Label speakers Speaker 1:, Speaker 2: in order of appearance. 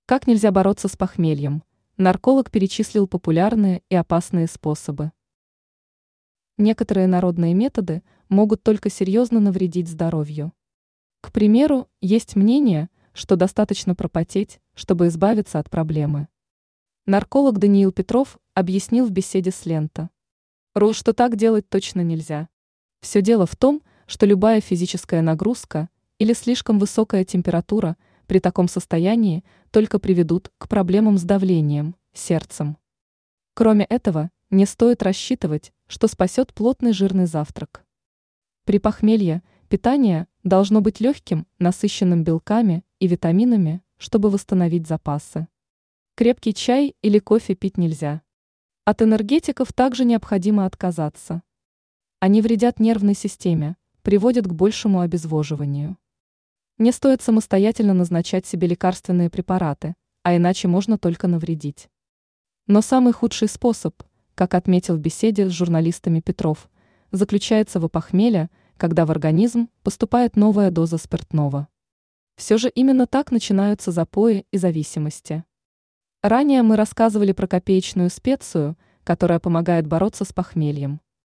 Speaker 1: Как нельзя бороться с похмельем? Нарколог перечислил популярные и опасные способы. Некоторые народные методы могут только серьезно навредить здоровью. К примеру, есть мнение, что достаточно пропотеть, чтобы избавиться от проблемы. Нарколог Даниил Петров объяснил в беседе с Лента.ру, что так делать точно нельзя. Все дело в том, что любая физическая нагрузка или слишком высокая температура при таком состоянии только приведут к проблемам с давлением, сердцем. Кроме этого, не стоит рассчитывать, что спасет плотный жирный завтрак. При похмелье питание должно быть легким, насыщенным белками и витаминами, чтобы восстановить запасы. Крепкий чай или кофе пить нельзя. От энергетиков также необходимо отказаться. Они вредят нервной системе, приводят к большему обезвоживанию. Не стоит самостоятельно назначать себе лекарственные препараты, а иначе можно только навредить. Но самый худший способ, как отметил в беседе с журналистами Петров, заключается в опохмелье, когда в организм поступает новая доза спиртного. Все же именно так начинаются запои и зависимости. Ранее мы рассказывали про копеечную специю, которая помогает бороться с похмельем.